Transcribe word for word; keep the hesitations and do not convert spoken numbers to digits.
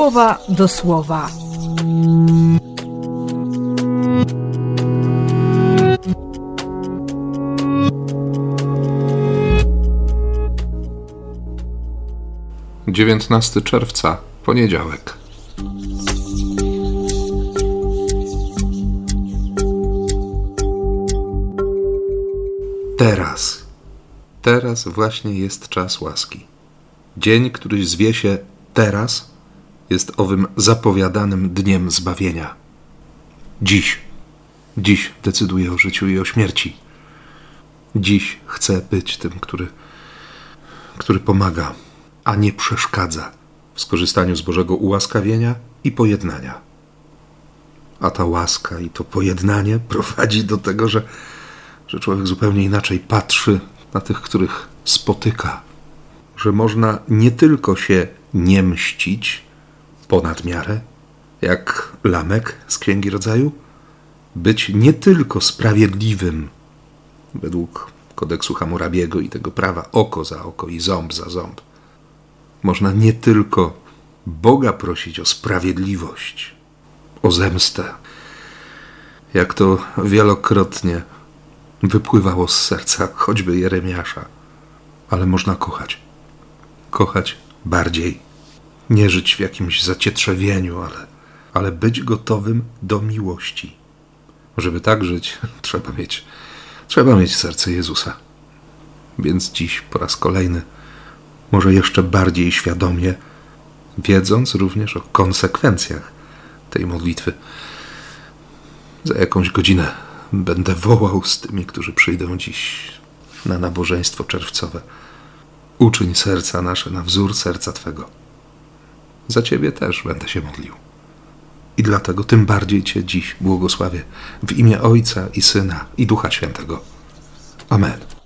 słowa do słowa. dziewiętnastego czerwca, poniedziałek. Teraz, teraz właśnie jest czas łaski. Dzień, który zwie się teraz, jest owym zapowiadanym dniem zbawienia. Dziś, dziś decyduję o życiu i o śmierci. Dziś chcę być tym, który, który pomaga, a nie przeszkadza w skorzystaniu z Bożego ułaskawienia i pojednania. A ta łaska i to pojednanie prowadzi do tego, że, że człowiek zupełnie inaczej patrzy na tych, których spotyka. Że można nie tylko się nie mścić ponad miarę, jak Lamek z Księgi Rodzaju, być nie tylko sprawiedliwym według kodeksu Hammurabiego i tego prawa oko za oko i ząb za ząb. Można nie tylko Boga prosić o sprawiedliwość, o zemstę, jak to wielokrotnie wypływało z serca choćby Jeremiasza, ale można kochać. Kochać bardziej. Nie żyć w jakimś zacietrzewieniu, ale, ale być gotowym do miłości. Żeby tak żyć, trzeba mieć, trzeba mieć serce Jezusa. Więc dziś po raz kolejny, może jeszcze bardziej świadomie, wiedząc również o konsekwencjach tej modlitwy, za jakąś godzinę będę wołał z tymi, którzy przyjdą dziś na nabożeństwo czerwcowe. Uczyń serca nasze na wzór serca Twego. Za Ciebie też będę się modlił. I dlatego tym bardziej Cię dziś błogosławię w imię Ojca i Syna i Ducha Świętego. Amen.